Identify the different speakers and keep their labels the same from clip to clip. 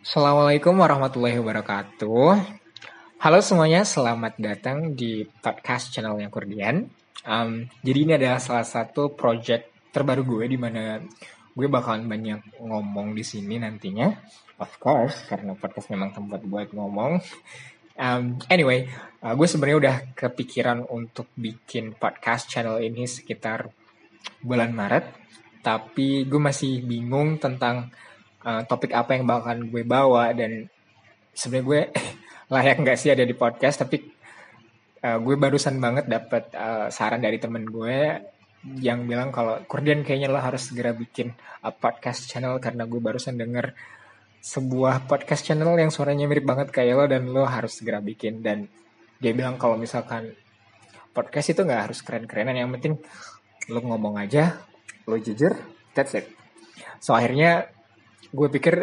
Speaker 1: Assalamualaikum warahmatullahi wabarakatuh. Halo semuanya, selamat datang di podcast channelnya Kurdian. Jadi ini adalah salah satu project terbaru gue di mana gue bakalan banyak ngomong di sini nantinya. Of course, karena podcast memang tempat buat ngomong. Anyway, gue sebenarnya udah kepikiran untuk bikin podcast channel ini sekitar bulan Maret, tapi gue masih bingung tentang topik apa yang bakalan gue bawa, dan sebenarnya gue layak nggak sih ada di podcast. Tapi gue barusan banget dapat saran dari temen gue yang bilang kalau Kurdian kayaknya lo harus segera bikin podcast channel, karena gue barusan denger sebuah podcast channel yang suaranya mirip banget kayak lo dan lo harus segera bikin. Dan dia bilang kalau misalkan podcast itu nggak harus keren-kerenan, yang penting lo ngomong aja, lo jujur, that's it. So akhirnya gue pikir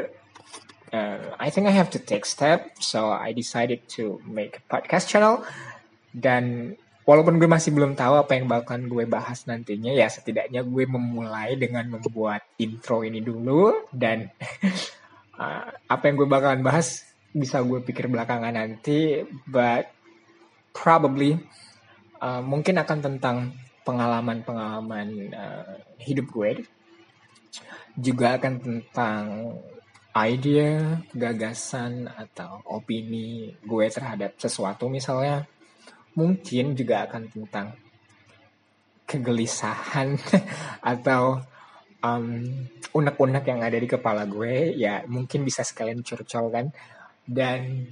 Speaker 1: I think I have to take step, so I decided to make a podcast channel. Dan walaupun gue masih belum tahu apa yang bakalan gue bahas nantinya, ya setidaknya gue memulai dengan membuat intro ini dulu. Dan apa yang gue bakalan bahas bisa gue pikir belakangan nanti, but probably mungkin akan tentang pengalaman-pengalaman hidup gue, juga akan tentang ide, gagasan, atau opini gue terhadap sesuatu misalnya. Mungkin juga akan tentang kegelisahan atau unek-unek yang ada di kepala gue. Ya mungkin bisa sekalian curcol kan. Dan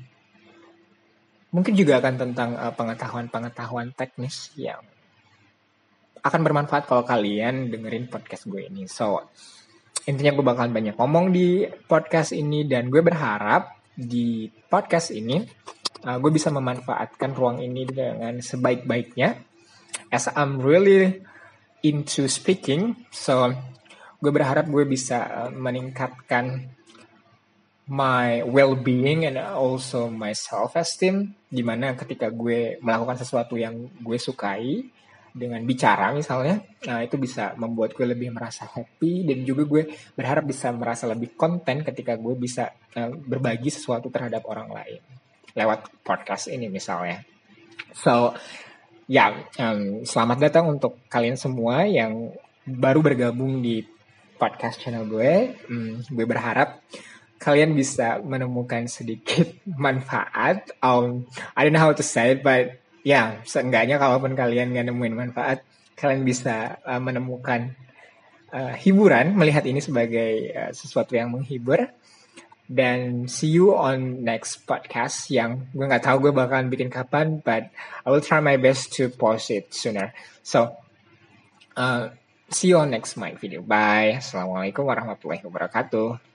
Speaker 1: mungkin juga akan tentang pengetahuan-pengetahuan teknis yang akan bermanfaat kalau kalian dengerin podcast gue ini. So intinya gue bakalan banyak ngomong di podcast ini, dan gue berharap di podcast ini gue bisa memanfaatkan ruang ini dengan sebaik-baiknya. As I'm really into speaking, so gue berharap gue bisa meningkatkan my well-being and also my self-esteem, dimana ketika gue melakukan sesuatu yang gue sukai dengan bicara misalnya, nah itu bisa membuat gue lebih merasa happy. Dan juga gue berharap bisa merasa lebih konten ketika gue bisa berbagi sesuatu terhadap orang lain lewat podcast ini misalnya. So selamat datang untuk kalian semua yang baru bergabung di podcast channel gue. Gue berharap kalian bisa menemukan sedikit manfaat. I don't know how to say it, but seenggaknya kalaupun kalian gak nemuin manfaat, kalian bisa menemukan hiburan, melihat ini sebagai sesuatu yang menghibur. Dan see you on next podcast, yang gue gak tahu gue bakalan bikin kapan, but I will try my best to post it sooner. So see you on next my video. Bye. Assalamualaikum warahmatullahi wabarakatuh.